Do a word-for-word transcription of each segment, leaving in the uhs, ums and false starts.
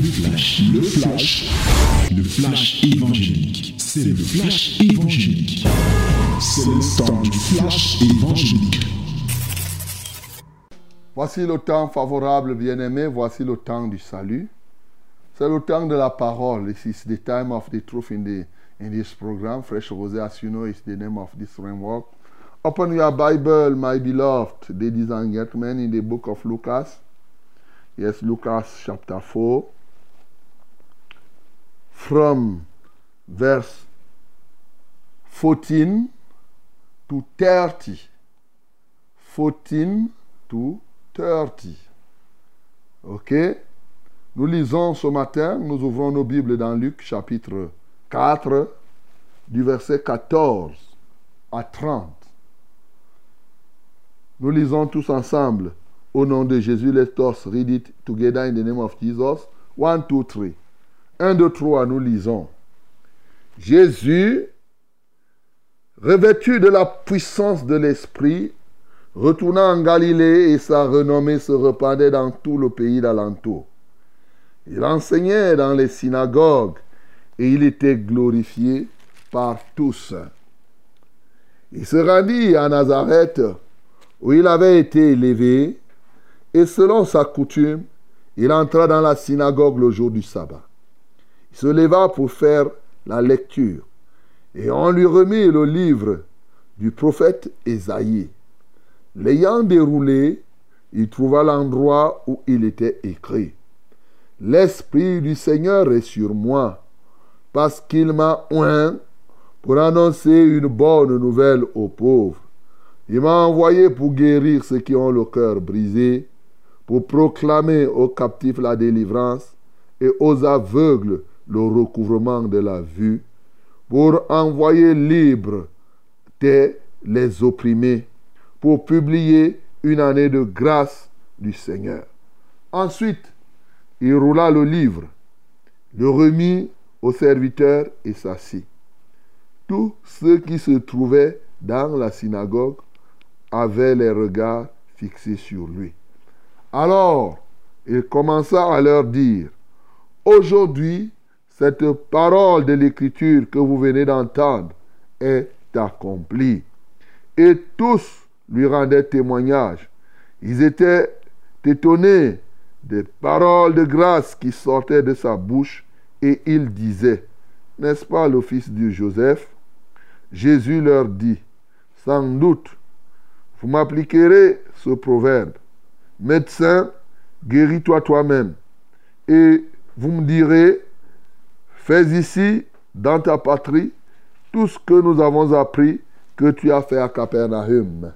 flash, le flash, le flash évangélique. C'est le flash évangélique. C'est le temps du flash évangélique. Voici le temps favorable, bien-aimé. Voici le temps du salut. C'est le temps de la parole. This is the time of the truth in the in this program. Fresh Rose, as you know, is the name of this framework. Open your Bible, my beloved, ladies and gentlemen, in the book of Lucas. Yes, Lucas chapter four. From verse fourteen to thirty. fourteen to thirty. Ok? Nous lisons ce matin, nous ouvrons nos Bibles dans Luc chapitre quatre, du verset quatorze à trente. Nous lisons tous ensemble. Au nom de Jésus, let us read it together in the name of Jesus. One, two, three. Un, deux, trois, nous lisons. Jésus, revêtu de la puissance de l'Esprit, retourna en Galilée et sa renommée se répandait dans tout le pays d'alentour. Il enseignait dans les synagogues et il était glorifié par tous. Il se rendit à Nazareth où il avait été élevé et selon sa coutume, il entra dans la synagogue le jour du sabbat. Il se leva pour faire la lecture et on lui remit le livre du prophète Ésaïe. L'ayant déroulé, il trouva l'endroit où il était écrit. L'Esprit du Seigneur est sur moi, parce qu'il m'a oint pour annoncer une bonne nouvelle aux pauvres. Il m'a envoyé pour guérir ceux qui ont le cœur brisé, pour proclamer aux captifs la délivrance et aux aveugles le recouvrement de la vue, pour envoyer libres les opprimés, pour publier une année de grâce du Seigneur. Ensuite, il roula le livre, le remit au serviteur et s'assit. Tous ceux qui se trouvaient dans la synagogue avaient les regards fixés sur lui. Alors, il commença à leur dire, « Aujourd'hui, cette parole de l'Écriture que vous venez d'entendre est accomplie. » Et tous lui rendaient témoignage. Ils étaient étonnés des paroles de grâce qui sortaient de sa bouche et ils disaient, « N'est-ce pas le fils de Joseph ?» Jésus leur dit, « Sans doute, vous m'appliquerez ce proverbe. Médecin, guéris-toi toi-même. Et vous me direz, fais ici, dans ta patrie, tout ce que nous avons appris que tu as fait à Capernaum.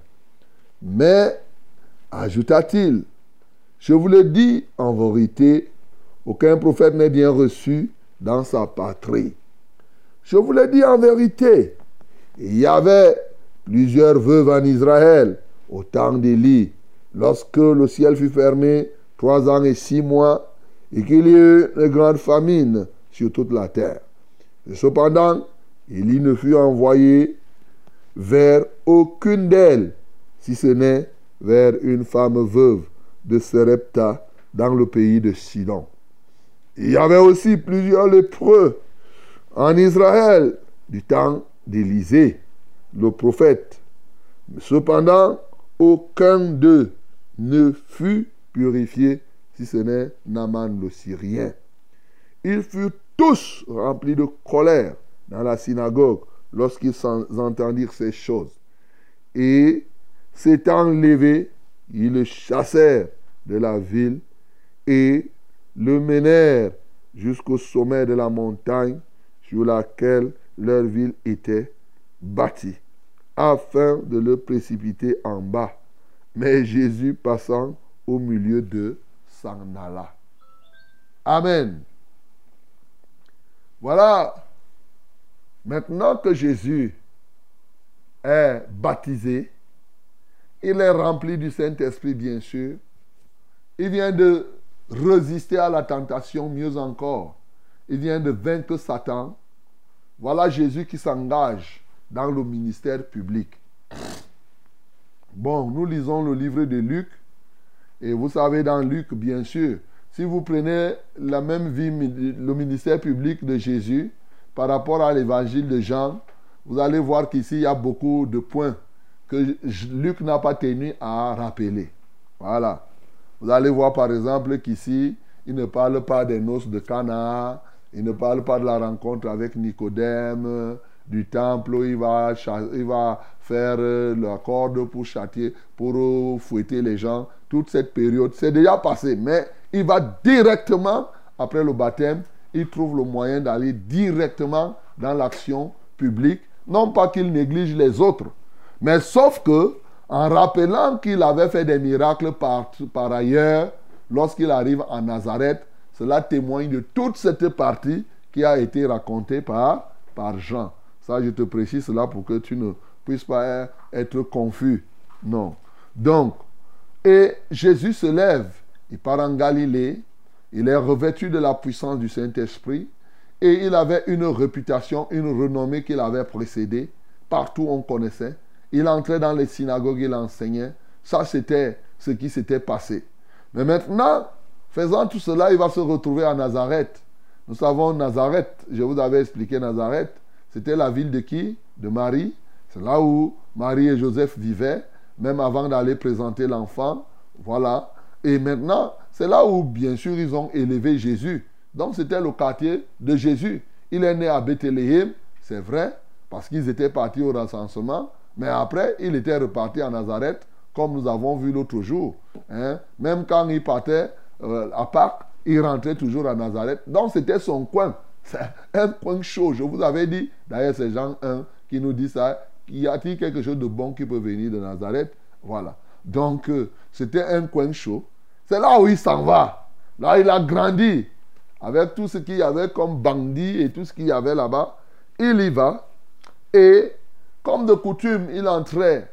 Mais, ajouta-t-il, je vous le dis en vérité, aucun prophète n'est bien reçu dans sa patrie. Je vous le dis en vérité, il y avait plusieurs veuves en Israël au temps d'Élie, lorsque le ciel fut fermé trois ans et six mois, et qu'il y eut une grande famine sur toute la terre. Et cependant, Élie ne fut envoyé vers aucune d'elles, si ce n'est vers une femme veuve de Serepta dans le pays de Sidon. Il y avait aussi plusieurs lépreux en Israël du temps d'Élisée, le prophète. Cependant, aucun d'eux ne fut purifié, si ce n'est Naaman le Syrien. Ils furent tous remplis de colère dans la synagogue lorsqu'ils entendirent ces choses. Et s'étant levés, ils le chassèrent de la ville et le menèrent jusqu'au sommet de la montagne sur laquelle leur ville était bâtie, afin de le précipiter en bas. Mais Jésus, passant au milieu d'eux, s'en alla. Amen. Voilà. Maintenant que Jésus est baptisé, il est rempli du Saint-Esprit, bien sûr. Il vient de résister à la tentation, mieux encore. Il vient de vaincre Satan. Voilà Jésus qui s'engage dans le ministère public. Bon, nous lisons le livre de Luc. Et vous savez, dans Luc, bien sûr, si vous prenez la même vie, le ministère public de Jésus, par rapport à l'évangile de Jean, vous allez voir qu'ici, il y a beaucoup de points que Luc n'a pas tenu à rappeler. Voilà. Vous allez voir par exemple qu'ici, il ne parle pas des noces de Cana, il ne parle pas de la rencontre avec Nicodème, du temple où il va, il va faire la corde pour châtier, pour fouetter les gens. Toute cette période, c'est déjà passé. Mais il va directement, après le baptême, il trouve le moyen d'aller directement dans l'action publique. Non pas qu'il néglige les autres, mais sauf que, en rappelant qu'il avait fait des miracles par, par ailleurs, lorsqu'il arrive à Nazareth, cela témoigne de toute cette partie qui a été racontée par, par Jean. Ça, je te précise cela pour que tu ne puisses pas être confus. Non. Donc, et Jésus se lève, il part en Galilée, il est revêtu de la puissance du Saint-Esprit et il avait une réputation, une renommée qu'il avait précédée. Partout on connaissait. Il entrait dans les synagogues, il enseignait. Ça, c'était ce qui s'était passé. Mais maintenant, faisant tout cela, il va se retrouver à Nazareth. Nous savons Nazareth, je vous avais expliqué Nazareth, c'était la ville de qui? De Marie. C'est là où Marie et Joseph vivaient, même avant d'aller présenter l'enfant. Voilà. Et maintenant, c'est là où, bien sûr, ils ont élevé Jésus. Donc, c'était le quartier de Jésus. Il est né à Bethléem, c'est vrai, parce qu'ils étaient partis au recensement. Mais après, il était reparti à Nazareth, comme nous avons vu l'autre jour. Hein? Même quand il partait euh, à Pâques, il rentrait toujours à Nazareth. Donc, c'était son coin. C'est un coin chaud. Je vous avais dit, d'ailleurs, c'est Jean un qui nous dit ça. Y a-t-il quelque chose de bon qui peut venir de Nazareth? Voilà. Donc, euh, c'était un coin chaud. C'est là où il s'en va. Là, il a grandi. Avec tout ce qu'il y avait comme bandits et tout ce qu'il y avait là-bas. Il y va. Et, comme de coutume, il entrait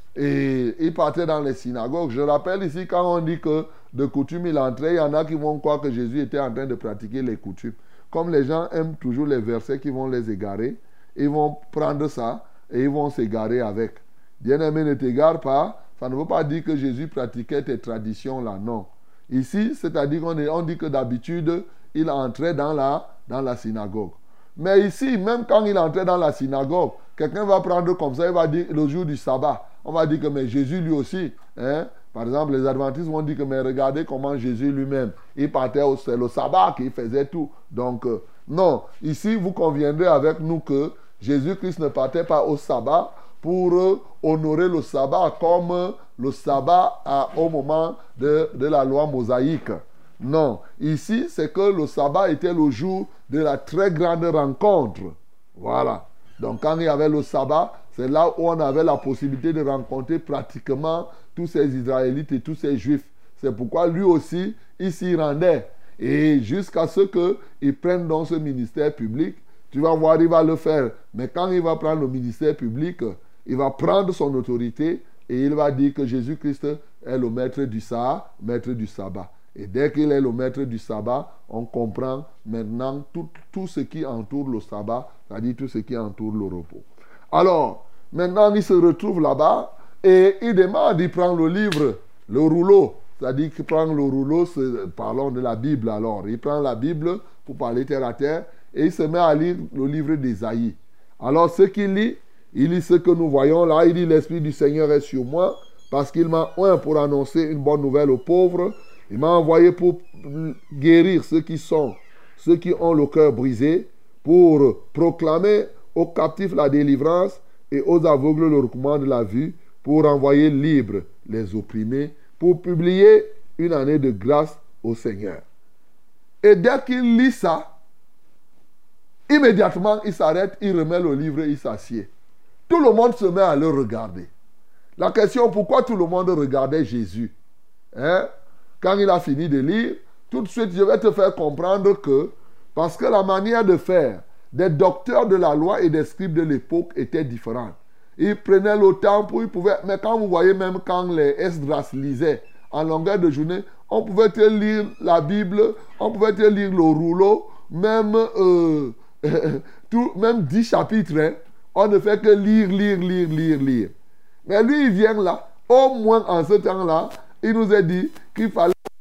et il partait dans les synagogues. Je rappelle ici, quand on dit que de coutume, il entrait, il y en a qui vont croire que Jésus était en train de pratiquer les coutumes. Comme les gens aiment toujours les versets qui vont les égarer, ils vont prendre ça et ils vont s'égarer avec. Bien-aimé, ne t'égare pas. Ça ne veut pas dire que Jésus pratiquait tes traditions là, non. Ici, c'est-à-dire qu'on on dit que d'habitude, il entrait dans la, dans la synagogue. Mais ici, même quand il entrait dans la synagogue, quelqu'un va prendre comme ça, il va dire le jour du sabbat. On va dire que mais Jésus lui aussi, hein? Par exemple, les adventistes vont dire que mais regardez comment Jésus lui-même, il partait au c'est le sabbat qu'il faisait tout. Donc, euh, non, ici, vous conviendrez avec nous que Jésus-Christ ne partait pas au sabbat pour euh, honorer le sabbat comme euh, le sabbat à, au moment de, de la loi mosaïque. Non, ici, c'est que le sabbat était le jour de la très grande rencontre. Voilà. Donc, quand il y avait le sabbat, c'est là où on avait la possibilité de rencontrer pratiquement tous ces Israélites et tous ces Juifs. C'est pourquoi lui aussi, il s'y rendait. Et jusqu'à ce qu'il prenne dans ce ministère public, tu vas voir, il va le faire. Mais quand il va prendre le ministère public, il va prendre son autorité et il va dire que Jésus-Christ est le maître du sabbat, maître du sabbat. Et dès qu'il est le maître du sabbat, on comprend maintenant tout, tout ce qui entoure le sabbat, c'est-à-dire tout ce qui entoure le repos. Alors, maintenant, il se retrouve là-bas et il demande, il prend le livre, le rouleau, c'est-à-dire qu'il prend le rouleau, parlons de la Bible alors, il prend la Bible pour parler terre à terre et il se met à lire le livre d'Ésaïe. Alors, ce qu'il lit, il lit ce que nous voyons là, il dit « L'Esprit du Seigneur est sur moi parce qu'il m'a oint pour annoncer une bonne nouvelle aux pauvres. Il m'a envoyé pour guérir ceux qui sont, ceux qui ont le cœur brisé, pour proclamer aux captifs la délivrance et aux aveugles le recommand de la vue, pour envoyer libres les opprimés, pour publier une année de grâce au Seigneur. » Et dès qu'il lit ça, immédiatement il s'arrête, il remet le livre, il s'assied. Tout le monde se met à le regarder. La question, pourquoi tout le monde regardait Jésus? Hein? Quand il a fini de lire, tout de suite, je vais te faire comprendre que, parce que la manière de faire des docteurs de la loi et des scribes de l'époque était différente. Ils prenaient le temps pour, ils pouvaient, mais quand vous voyez même quand les Esdras lisaient en longueur de journée, on pouvait te lire la Bible, on pouvait te lire le rouleau, même, euh, tout, même dix chapitres, hein, on ne fait que lire, lire, lire, lire, lire. Mais lui, il vient là, au moins en ce temps-là, il nous a dit qu'il fallait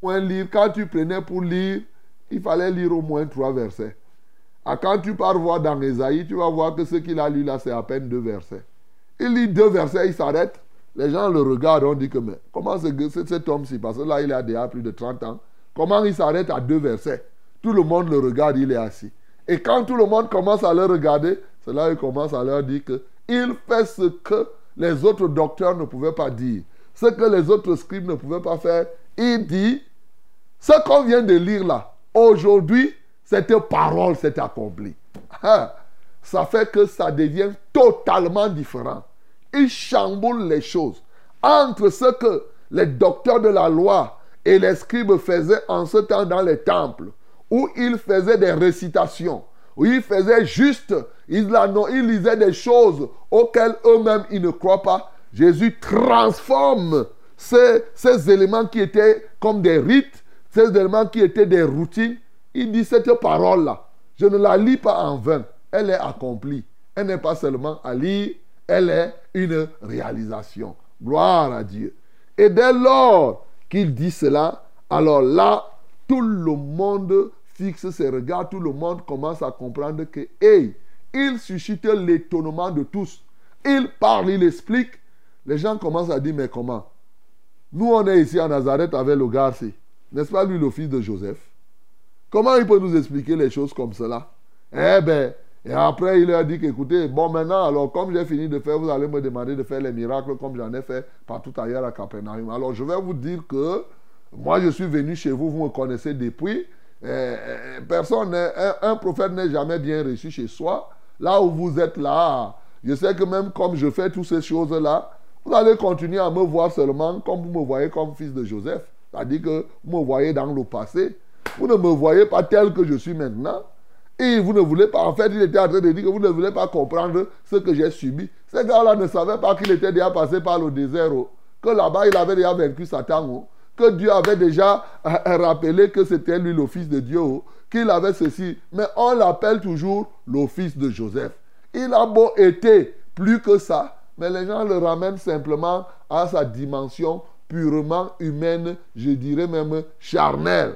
moins lire. Quand tu prenais pour lire, il fallait lire au moins trois versets. Ah, quand tu pars voir dans Ésaïe, tu vas voir que ce qu'il a lu là, c'est à peine deux versets. Il lit deux versets, il s'arrête. Les gens le regardent, on dit que mais comment c'est cet homme-ci, parce que là, il a déjà plus de trente ans. Comment il s'arrête à deux versets? Tout le monde le regarde, il est assis. Et quand tout le monde commence à le regarder, c'est là qu'il commence à leur dire qu'il fait ce que les autres docteurs ne pouvaient pas dire. Ce que les autres scribes ne pouvaient pas faire. Il dit, ce qu'on vient de lire là, aujourd'hui, cette parole s'est accomplie. Ah, ça fait que ça devient totalement différent. Il chamboule les choses. Entre ce que les docteurs de la loi et les scribes faisaient en ce temps dans les temples, où ils faisaient des récitations, où ils faisaient juste, ils, ils lisaient des choses auxquelles eux-mêmes ils ne croient pas. Jésus transforme ces, ces éléments qui étaient comme des rites, ces éléments qui étaient des routines. Il dit cette parole-là, je ne la lis pas en vain. Elle est accomplie. Elle n'est pas seulement à lire, elle est une réalisation. Gloire à Dieu. Et dès lors qu'il dit cela, alors là, tout le monde fixe ses regards, tout le monde commence à comprendre que, hey, il suscite l'étonnement de tous. Il parle, il explique. Les gens commencent à dire, mais comment? Nous, on est ici à Nazareth avec le Garci. N'est-ce pas lui le fils de Joseph? Comment il peut nous expliquer les choses comme cela? Eh bien, et après il leur dit qu'écoutez, bon maintenant, alors comme j'ai fini de faire, vous allez me demander de faire les miracles comme j'en ai fait partout ailleurs à Capernaum. Alors je vais vous dire que moi je suis venu chez vous, vous me connaissez depuis. Eh, personne, un, un prophète n'est jamais bien reçu chez soi. Là où vous êtes là, je sais que même comme je fais toutes ces choses-là, vous allez continuer à me voir seulement comme vous me voyez comme fils de Joseph. C'est-à-dire que vous me voyez dans le passé. Vous ne me voyez pas tel que je suis maintenant. Et vous ne voulez pas, en fait, il était en train de dire que vous ne voulez pas comprendre ce que j'ai subi. Ces gars-là ne savaient pas qu'il était déjà passé par le désert, oh, que là-bas, il avait déjà vaincu Satan, oh, que Dieu avait déjà euh, rappelé que c'était lui le fils de Dieu, oh, qu'il avait ceci. Mais on l'appelle toujours le fils de Joseph. Il a beau été plus que ça, mais les gens le ramènent simplement à sa dimension purement humaine, je dirais même charnelle.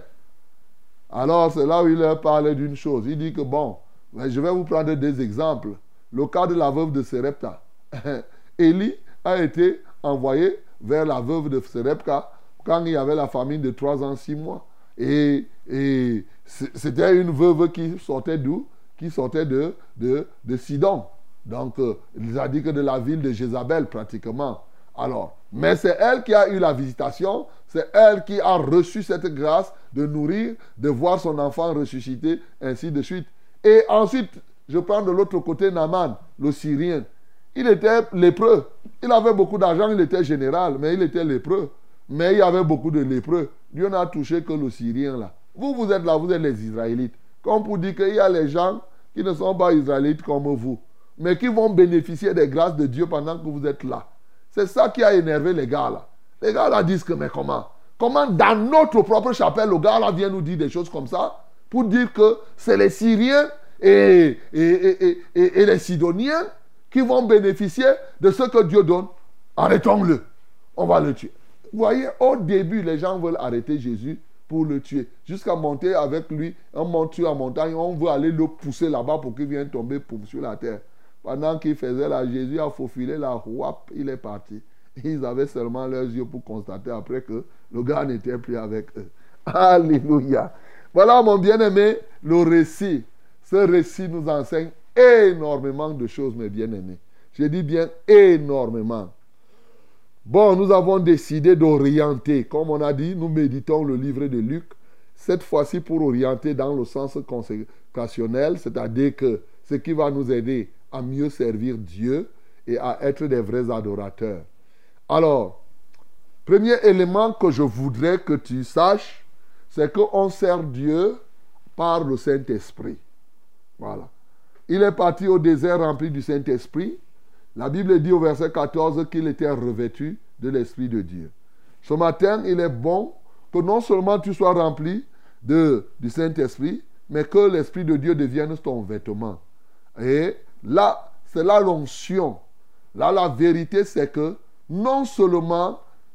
Alors, c'est là où il leur parle d'une chose. Il dit que, bon, je vais vous prendre des exemples. Le cas de la veuve de Sérepta. Élie a été envoyé vers la veuve de Sérepta quand il y avait la famine de trois ans, six mois. Et, et c'était une veuve qui sortait d'où? Qui sortait de, de, de Sidon. Donc, euh, il a dit que de la ville de Jézabel, pratiquement. Alors, mais c'est elle qui a eu la visitation, c'est elle qui a reçu cette grâce de nourrir, de voir son enfant ressuscité, ainsi de suite. Et ensuite, je prends de l'autre côté Naaman, le Syrien. Il était lépreux. Il avait beaucoup d'argent, il était général, mais il était lépreux. Mais il y avait beaucoup de lépreux. Dieu n'a touché que le Syrien là. Vous, vous êtes là, vous êtes les Israélites. Comme pour dire qu'il y a les gens qui ne sont pas Israélites comme vous, mais qui vont bénéficier des grâces de Dieu pendant que vous êtes là. C'est ça qui a énervé les gars là. Les gars là disent que mais comment? Comment dans notre propre chapelle, le gars là vient nous dire des choses comme ça pour dire que c'est les Syriens et, et, et, et, et, et les Sidoniens qui vont bénéficier de ce que Dieu donne. Arrêtons-le. On va le tuer. Vous voyez, au début, les gens veulent arrêter Jésus pour le tuer. Jusqu'à monter avec lui, on monte sur la montagne, on veut aller le pousser là-bas pour qu'il vienne tomber sur la terre. Pendant qu'il faisait là, Jésus a faufilé là, wap, il est parti. Ils avaient seulement leurs yeux pour constater après que le gars n'était plus avec eux. Alléluia. Voilà mon bien-aimé, le récit. Ce récit nous enseigne énormément de choses, mes bien-aimés. Je dis bien énormément. Bon, nous avons décidé d'orienter. Comme on a dit, nous méditons le livre de Luc. Cette fois-ci pour orienter dans le sens consécrationnel, c'est-à-dire que ce qui va nous aider à mieux servir Dieu et à être des vrais adorateurs. Alors, premier élément que je voudrais que tu saches, c'est qu'on sert Dieu par le Saint-Esprit. Voilà. Il est parti au désert rempli du Saint-Esprit. La Bible dit au verset quatorze qu'il était revêtu de l'Esprit de Dieu. Ce matin, il est bon que non seulement tu sois rempli de, du Saint-Esprit, mais que l'Esprit de Dieu devienne ton vêtement. Et là, c'est là l'onction. Là, la vérité, c'est que non seulement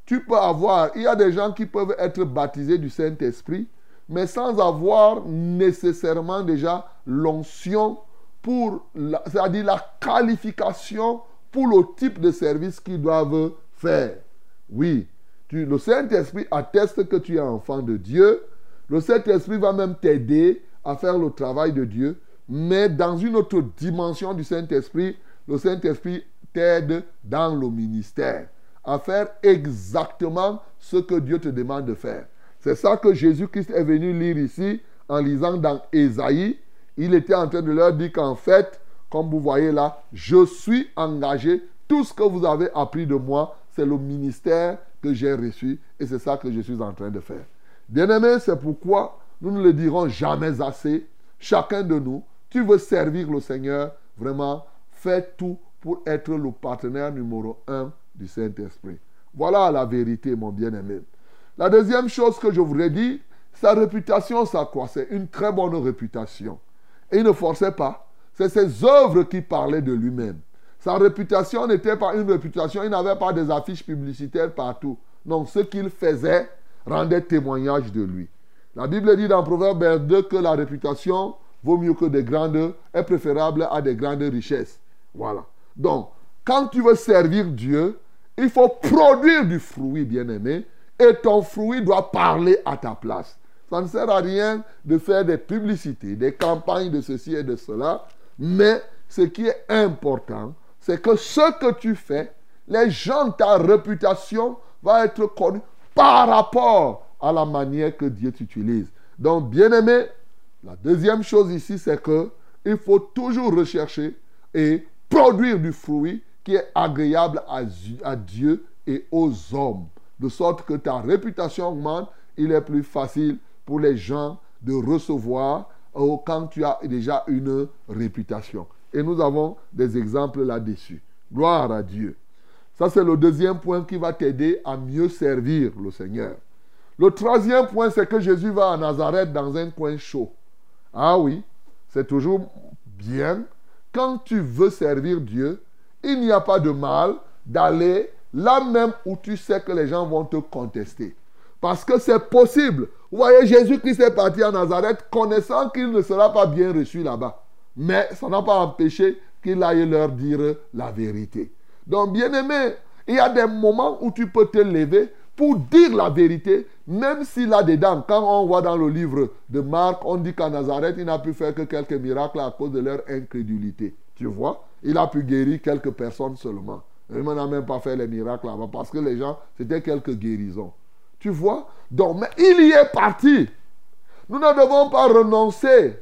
tu peux avoir, il y a des gens qui peuvent être baptisés du Saint-Esprit, mais sans avoir nécessairement déjà l'onction pour, la, c'est-à-dire la qualification pour le type de service qu'ils doivent faire. Oui, tu, le Saint-Esprit atteste que tu es enfant de Dieu. Le Saint-Esprit va même t'aider à faire le travail de Dieu. Mais dans une autre dimension du Saint-Esprit, le Saint-Esprit t'aide dans le ministère à faire exactement ce que Dieu te demande de faire. C'est ça que Jésus-Christ est venu lire ici en lisant dans Ésaïe. Il était en train de leur dire qu'en fait, comme vous voyez là, je suis engagé. Tout ce que vous avez appris de moi, c'est le ministère que j'ai reçu et c'est ça que je suis en train de faire. Bien-aimés, c'est pourquoi nous ne le dirons jamais assez. Chacun de nous, tu veux servir le Seigneur, vraiment, fais tout pour être le partenaire numéro un du Saint-Esprit. Voilà la vérité, mon bien-aimé. La deuxième chose que je voudrais dire, sa réputation s'accroissait, une très bonne réputation. Et il ne forçait pas. C'est ses œuvres qui parlaient de lui-même. Sa réputation n'était pas une réputation, il n'avait pas des affiches publicitaires partout. Non, ce qu'il faisait rendait témoignage de lui. La Bible dit dans Proverbe deux que la réputation vaut mieux que des grandes, est préférable à des grandes richesses. Voilà. Donc, quand tu veux servir Dieu, il faut produire du fruit, bien-aimé, et ton fruit doit parler à ta place. Ça ne sert à rien de faire des publicités, des campagnes de ceci et de cela, mais ce qui est important, c'est que ce que tu fais, les gens, ta réputation va être connue par rapport à la manière que Dieu t'utilise. Donc, bien-aimé, la deuxième chose ici, c'est que il faut toujours rechercher et produire du fruit qui est agréable à, à Dieu et aux hommes. De sorte que ta réputation augmente, il est plus facile pour les gens de recevoir quand tu as déjà une réputation. Et nous avons des exemples là-dessus. Gloire à Dieu. Ça, c'est le deuxième point qui va t'aider à mieux servir le Seigneur. Le troisième point, c'est que Jésus va à Nazareth dans un coin chaud. Ah oui, c'est toujours bien. Quand tu veux servir Dieu, il n'y a pas de mal d'aller là même où tu sais que les gens vont te contester. Parce que c'est possible. Vous voyez, Jésus-Christ est parti à Nazareth connaissant qu'il ne sera pas bien reçu là-bas. Mais ça n'a pas empêché qu'il aille leur dire la vérité. Donc, bien-aimé, il y a des moments où tu peux te lever pour dire la vérité, même si là-dedans, quand on voit dans le livre de Marc, on dit qu'à Nazareth, il n'a pu faire que quelques miracles à cause de leur incrédulité. Tu vois, il a pu guérir quelques personnes seulement. Il n'a même pas fait les miracles là-bas parce que les gens, c'était quelques guérisons. Tu vois? Donc, mais il y est parti. Nous ne devons pas renoncer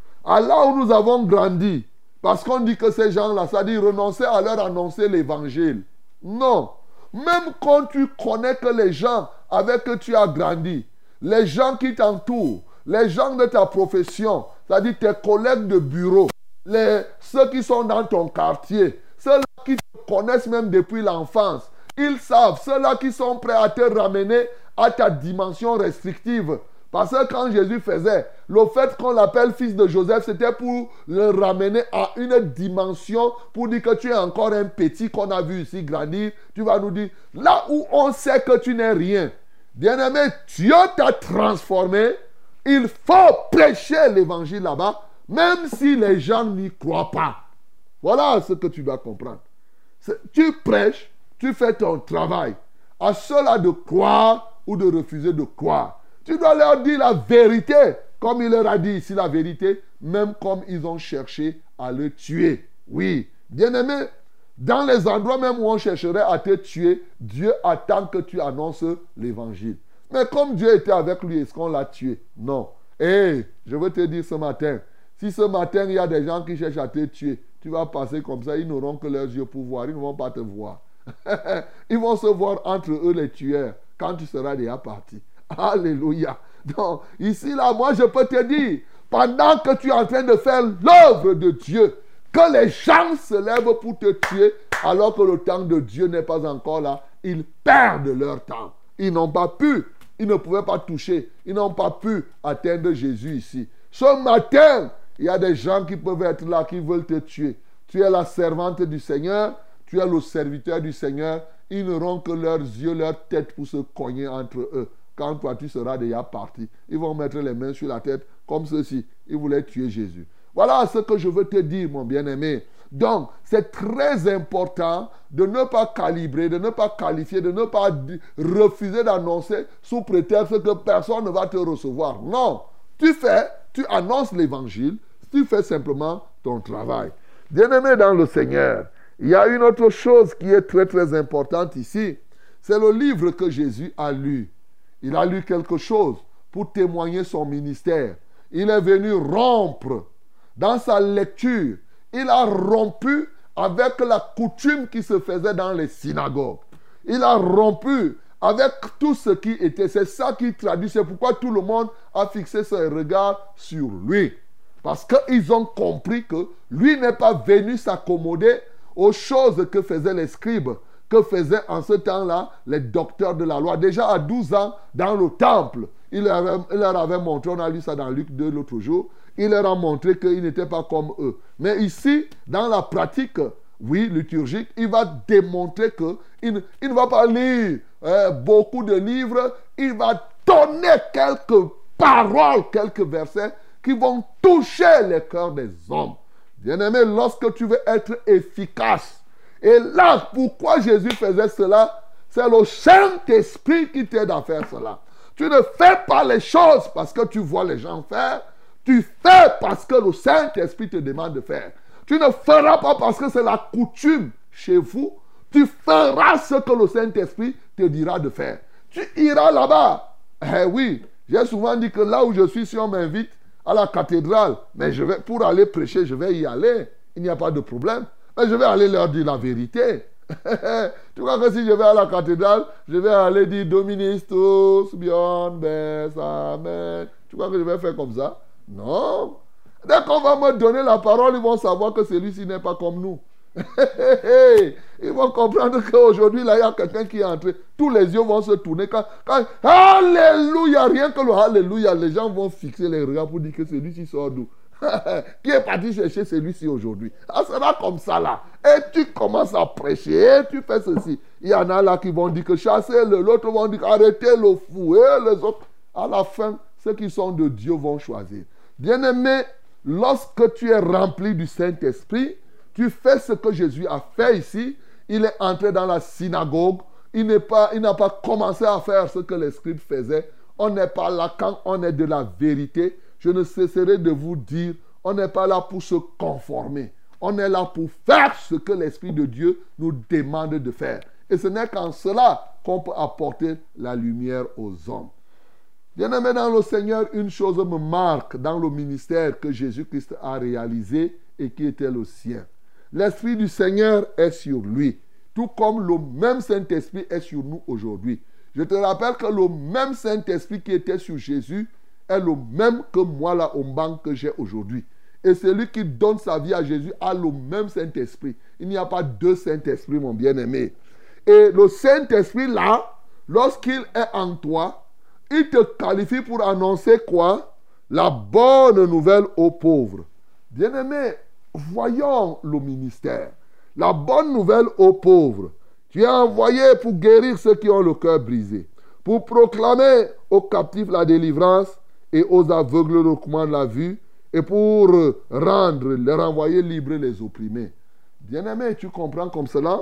à là où nous avons grandi. Parce qu'on dit que ces gens-là, ça dit renoncer à leur annoncer l'évangile. Non. Même quand tu connais que les gens avec qui tu as grandi, les gens qui t'entourent, les gens de ta profession, c'est-à-dire tes collègues de bureau, les, ceux qui sont dans ton quartier, ceux-là qui te connaissent même depuis l'enfance, ils savent, ceux-là qui sont prêts à te ramener à ta dimension restrictive. Parce que quand Jésus faisait, le fait qu'on l'appelle fils de Joseph, c'était pour le ramener à une dimension, pour dire que tu es encore un petit qu'on a vu ici grandir. Tu vas nous dire, là où on sait que tu n'es rien, bien-aimé, Dieu t'a transformé, il faut prêcher l'évangile là-bas, même si les gens n'y croient pas. Voilà ce que tu dois comprendre. Tu prêches, tu fais ton travail. À ceux-là de croire ou de refuser de croire. Tu dois leur dire la vérité, comme il leur a dit ici la vérité, même comme ils ont cherché à le tuer. Oui, bien-aimé, dans les endroits même où on chercherait à te tuer, Dieu attend que tu annonces l'évangile. Mais comme Dieu était avec lui, est-ce qu'on l'a tué? Non. Et je veux te dire ce matin, si ce matin il y a des gens qui cherchent à te tuer, tu vas passer comme ça, ils n'auront que leurs yeux pour voir, ils ne vont pas te voir. Ils vont se voir entre eux les tueurs quand tu seras déjà parti. Alléluia. Donc, ici, là, moi, je peux te dire, pendant que tu es en train de faire l'œuvre de Dieu, que les gens se lèvent pour te tuer, alors que le temps de Dieu n'est pas encore là, ils perdent leur temps. Ils n'ont pas pu, ils ne pouvaient pas toucher, ils n'ont pas pu atteindre Jésus ici. Ce matin, il y a des gens qui peuvent être là, qui veulent te tuer. Tu es la servante du Seigneur, tu es le serviteur du Seigneur, ils n'auront que leurs yeux, leur tête pour se cogner entre eux. Quand toi, tu seras déjà parti, ils vont mettre les mains sur la tête comme ceci. Ils voulaient tuer Jésus. Voilà ce que je veux te dire, mon bien-aimé. Donc, c'est très important de ne pas calibrer, de ne pas qualifier, de ne pas refuser d'annoncer sous prétexte que personne ne va te recevoir. Non, tu fais, tu annonces l'évangile, tu fais simplement ton travail. Bien-aimé dans le Seigneur, il y a une autre chose qui est très très importante ici. C'est le livre que Jésus a lu. Il a lu quelque chose pour témoigner son ministère. Il est venu rompre dans sa lecture. Il a rompu avec la coutume qui se faisait dans les synagogues. Il a rompu avec tout ce qui était. C'est ça qui traduit. C'est pourquoi tout le monde a fixé ses regards sur lui. Parce qu'ils ont compris que lui n'est pas venu s'accommoder aux choses que faisaient les scribes, que faisaient en ce temps-là les docteurs de la loi. Déjà à douze ans, dans le temple, il leur avait, il leur avait montré, on a lu ça dans Luc deux l'autre jour, il leur a montré qu'il n'était pas comme eux. Mais ici, dans la pratique, oui, liturgique, il va démontrer qu'il ne, il ne va pas lire euh, beaucoup de livres, il va donner quelques paroles, quelques versets qui vont toucher les cœurs des hommes. Bien-aimé, lorsque tu veux être efficace, et là, pourquoi Jésus faisait cela? C'est le Saint-Esprit qui t'aide à faire cela. Tu ne fais pas les choses parce que tu vois les gens faire. Tu fais parce que le Saint-Esprit te demande de faire. Tu ne feras pas parce que c'est la coutume chez vous. Tu feras ce que le Saint-Esprit te dira de faire. Tu iras là-bas. Eh oui, j'ai souvent dit que là où je suis, si on m'invite à la cathédrale, mais je vais, pour aller prêcher, je vais y aller. Il n'y a pas de problème. Mais je vais aller leur dire la vérité. Tu crois que si je vais à la cathédrale, je vais aller dire Dominus tous, Bion, Bes, Amen. Tu crois que je vais faire comme ça? Non. Dès qu'on va me donner la parole, ils vont savoir que celui-ci n'est pas comme nous. Ils vont comprendre qu'aujourd'hui, là, il y a quelqu'un qui est entré. Tous les yeux vont se tourner. Quand, quand, Alléluia, rien que le Alléluia, les gens vont fixer les regards pour dire que celui-ci sort d'où? Qui est parti chercher celui-ci aujourd'hui? Ça sera comme ça là. Et tu commences à prêcher, et tu fais ceci. Il y en a là qui vont dire que chassez-le, l'autre vont dire arrêtez le fou, et les autres. À la fin, ceux qui sont de Dieu vont choisir. Bien-aimé, lorsque tu es rempli du Saint-Esprit, tu fais ce que Jésus a fait ici. Il est entré dans la synagogue. Il n'est pas, il n'a pas commencé à faire ce que les scribes faisaient. On n'est pas là quand on est de la vérité. Je ne cesserai de vous dire, on n'est pas là pour se conformer. On est là pour faire ce que l'Esprit de Dieu nous demande de faire. Et ce n'est qu'en cela qu'on peut apporter la lumière aux hommes. Bien-aimé dans le Seigneur, une chose me marque dans le ministère que Jésus-Christ a réalisé et qui était le sien. L'Esprit du Seigneur est sur lui, tout comme le même Saint-Esprit est sur nous aujourd'hui. Je te rappelle que le même Saint-Esprit qui était sur Jésus est le même que moi là au banc que j'ai aujourd'hui. Et celui qui donne sa vie à Jésus a le même Saint-Esprit. Il n'y a pas deux Saint-Esprits, mon bien-aimé. Et le Saint-Esprit là, lorsqu'il est en toi, il te qualifie pour annoncer quoi? La bonne nouvelle aux pauvres. Bien-aimé, voyons le ministère. La bonne nouvelle aux pauvres. Tu es envoyé pour guérir ceux qui ont le cœur brisé, pour proclamer aux captifs la délivrance et aux aveugles le recommande la vue, et pour rendre, les renvoyer libres les opprimés. Bien-aimé, tu comprends comme cela?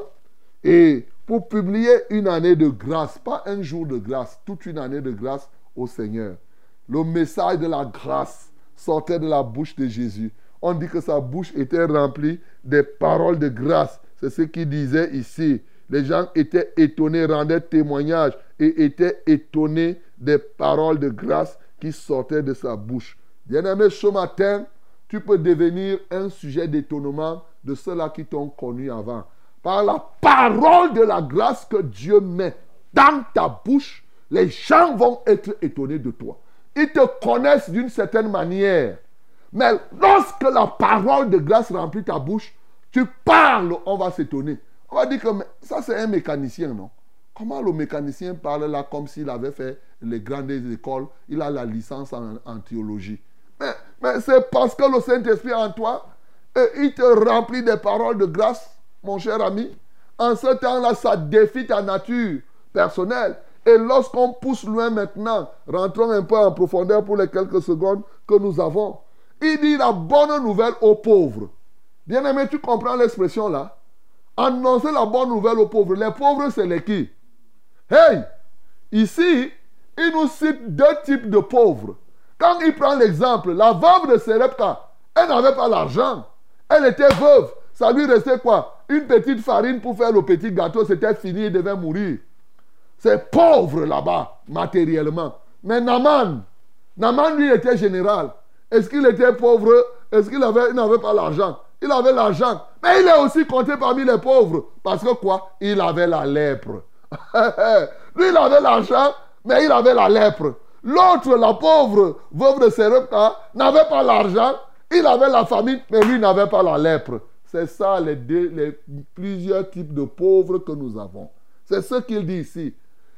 Et pour publier une année de grâce, pas un jour de grâce, toute une année de grâce au Seigneur. Le message de la grâce sortait de la bouche de Jésus. On dit que sa bouche était remplie des paroles de grâce. C'est ce qu'il disait ici. Les gens étaient étonnés, rendaient témoignage et étaient étonnés des paroles de grâce qui sortaient de sa bouche. Bien-aimé, ce matin, tu peux devenir un sujet d'étonnement de ceux-là qui t'ont connu avant. Par la parole de la grâce que Dieu met dans ta bouche, les gens vont être étonnés de toi. Ils te connaissent d'une certaine manière. Mais lorsque la parole de grâce remplit ta bouche, tu parles, on va s'étonner. On va dire que ça c'est un mécanicien, non? Comment le mécanicien parle là comme s'il avait fait les grandes écoles, il a la licence en, en théologie. Mais, mais c'est parce que le Saint-Esprit en toi, et il te remplit des paroles de grâce, mon cher ami. En ce temps-là, ça défie ta nature personnelle. Et lorsqu'on pousse loin maintenant, rentrons un peu en profondeur pour les quelques secondes que nous avons. Il dit la bonne nouvelle aux pauvres. Bien-aimé, tu comprends l'expression là? Annoncer la bonne nouvelle aux pauvres. Les pauvres, c'est les qui? Hey! Ici, il nous cite deux types de pauvres. Quand il prend l'exemple, la veuve de Sérepta, elle n'avait pas l'argent. Elle était veuve. Ça lui restait quoi? Une petite farine pour faire le petit gâteau. C'était fini, il devait mourir. C'est pauvre là-bas, matériellement. Mais Naaman, Naaman lui était général. Est-ce qu'il était pauvre? Est-ce qu'il avait, il n'avait pas l'argent? Il avait l'argent. Mais il est aussi compté parmi les pauvres. Parce que quoi? Il avait la lèpre. Lui, il avait l'argent, mais il avait la lèpre. L'autre, la pauvre veuve de Sérepta, n'avait pas l'argent. Il avait la famine, mais lui n'avait pas la lèpre. C'est ça les, deux, les plusieurs types de pauvres que nous avons. C'est ce qu'il dit ici.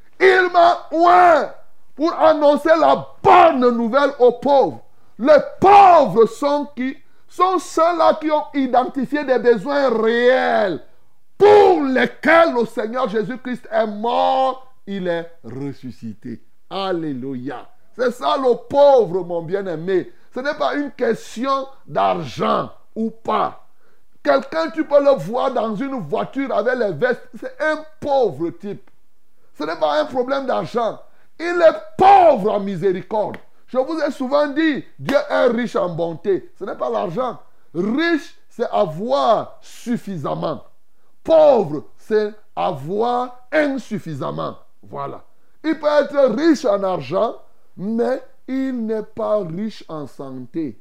Il m'a oint pour annoncer la bonne nouvelle aux pauvres. Les pauvres sont qui? Sont ceux-là qui ont identifié des besoins réels pour lesquels le Seigneur Jésus-Christ est mort, il est ressuscité. Alléluia. C'est ça le pauvre, mon bien-aimé. Ce n'est pas une question d'argent ou pas. Quelqu'un, tu peux le voir dans une voiture avec les vestes. C'est un pauvre type. Ce n'est pas un problème d'argent. Il est pauvre en miséricorde. Je vous ai souvent dit, Dieu est riche en bonté. Ce n'est pas l'argent. Riche, c'est avoir suffisamment. Pauvre, c'est avoir insuffisamment. Voilà. Il peut être riche en argent, mais il n'est pas riche en santé.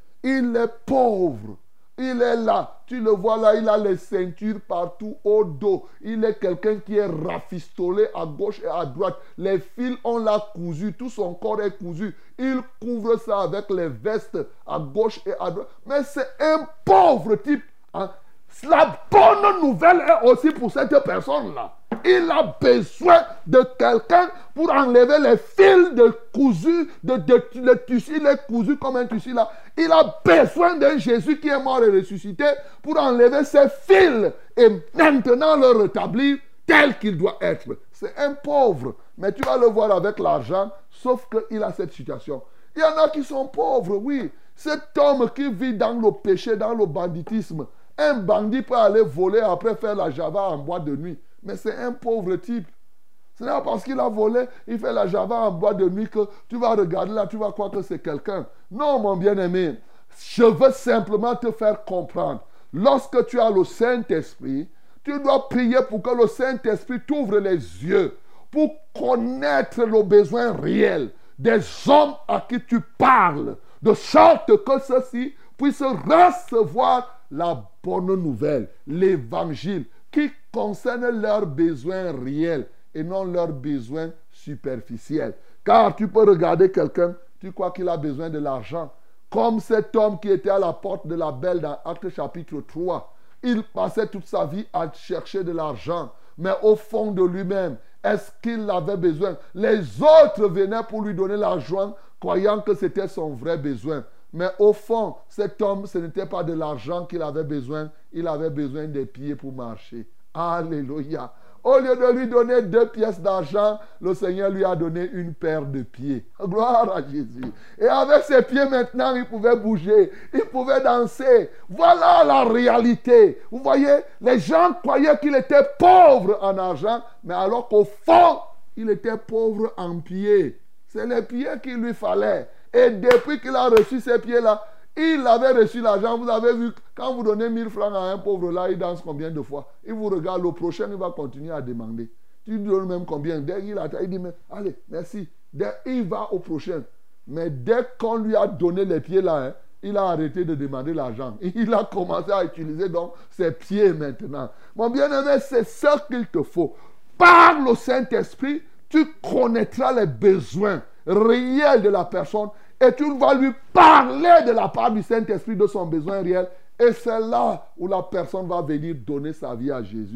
Il est pauvre. Il est là. Tu le vois là, il a les ceintures partout au dos. Il est quelqu'un qui est rafistolé à gauche et à droite. Les fils, on l'a cousu. Tout son corps est cousu. Il couvre ça avec les vestes à gauche et à droite. Mais c'est un pauvre type. Hein? La bonne nouvelle est aussi pour cette personne-là. Il a besoin de quelqu'un pour enlever les fils de cousu, de, de, de, le tissu, il est cousu comme un tissu là. Il a besoin d'un Jésus qui est mort et ressuscité pour enlever ses fils et maintenant le rétablir tel qu'il doit être. C'est un pauvre, mais tu vas le voir avec l'argent, sauf qu'il a cette situation. Il y en a qui sont pauvres, oui. Cet homme qui vit dans le péché, dans le banditisme, un bandit peut aller voler après faire la java en boîte de nuit. Mais c'est un pauvre type. Ce n'est pas parce qu'il a volé, il fait la java en boîte de nuit que tu vas regarder là, tu vas croire que c'est quelqu'un. Non, mon bien-aimé. Je veux simplement te faire comprendre. Lorsque tu as le Saint-Esprit, tu dois prier pour que le Saint-Esprit t'ouvre les yeux pour connaître le besoin réel des hommes à qui tu parles, de sorte que ceux-ci puissent recevoir la bonne nouvelle, l'évangile, qui concerne leurs besoins réels et non leurs besoins superficiels. Car tu peux regarder quelqu'un, tu crois qu'il a besoin de l'argent. Comme cet homme qui était à la porte de la belle dans Actes chapitre trois. Il passait toute sa vie à chercher de l'argent. Mais au fond de lui-même, est-ce qu'il avait besoin? Les autres venaient pour lui donner l'argent, croyant que c'était son vrai besoin. Mais au fond, cet homme, ce n'était pas de l'argent qu'il avait besoin. Il avait besoin des pieds pour marcher. Alléluia. Au lieu de lui donner deux pièces d'argent, le Seigneur lui a donné une paire de pieds. Gloire à Jésus. Et avec ses pieds maintenant, il pouvait bouger. Il pouvait danser. Voilà la réalité. Vous voyez, les gens croyaient qu'il était pauvre en argent, mais alors qu'au fond, il était pauvre en pieds. C'est les pieds qu'il lui fallait. Et depuis qu'il a reçu ces pieds-là, il avait reçu l'argent. Vous avez vu, quand vous donnez mille francs à un pauvre là, il danse combien de fois? Il vous regarde, le prochain, il va continuer à demander. Tu lui donnes même combien? Dès qu'il a, il dit, mais, allez, merci. Dès, il va au prochain. Mais dès qu'on lui a donné les pieds là, hein, il a arrêté de demander l'argent. Il a commencé à utiliser donc ses pieds maintenant. Mon bien-aimé, c'est ça qu'il te faut. Par le Saint-Esprit, tu connaîtras les besoins réels de la personne et tu vas lui parler de la part du Saint-Esprit de son besoin réel. Et c'est là où la personne va venir donner sa vie à Jésus.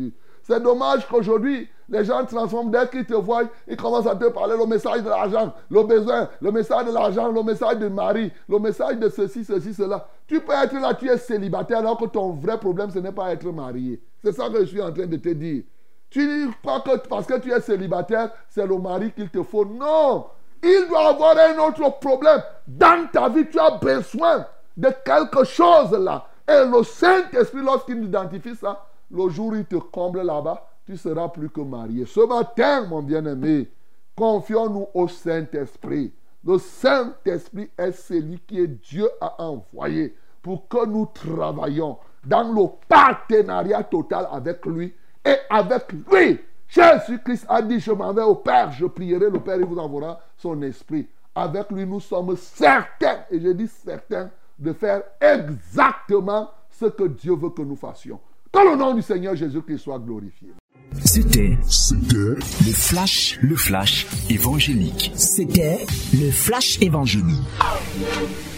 C'est dommage qu'aujourd'hui, les gens transforment, dès qu'ils te voient, ils commencent à te parler le message de l'argent, le besoin, le message de l'argent, le message de mari, le message de ceci, ceci, cela. Tu peux être là, tu es célibataire, alors que ton vrai problème, ce n'est pas être marié. C'est ça que je suis en train de te dire. Tu crois que parce que tu es célibataire, c'est le mari qu'il te faut. Non! Il doit avoir un autre problème. Dans ta vie, tu as besoin de quelque chose là. Et le Saint-Esprit, lorsqu'il identifie ça, le jour où il te comble là-bas, tu seras plus que marié. Ce matin, mon bien-aimé, confions-nous au Saint-Esprit. Le Saint-Esprit est celui qui est Dieu a envoyé pour que nous travaillions dans le partenariat total avec lui et avec lui. Jésus-Christ a dit, je m'en vais au Père, je prierai le Père, il vous enverra son esprit. Avec lui, nous sommes certains, et je dis certains, de faire exactement ce que Dieu veut que nous fassions. Que le nom du Seigneur Jésus-Christ soit glorifié. C'était, C'était le flash, le flash évangélique. C'était le flash évangélique.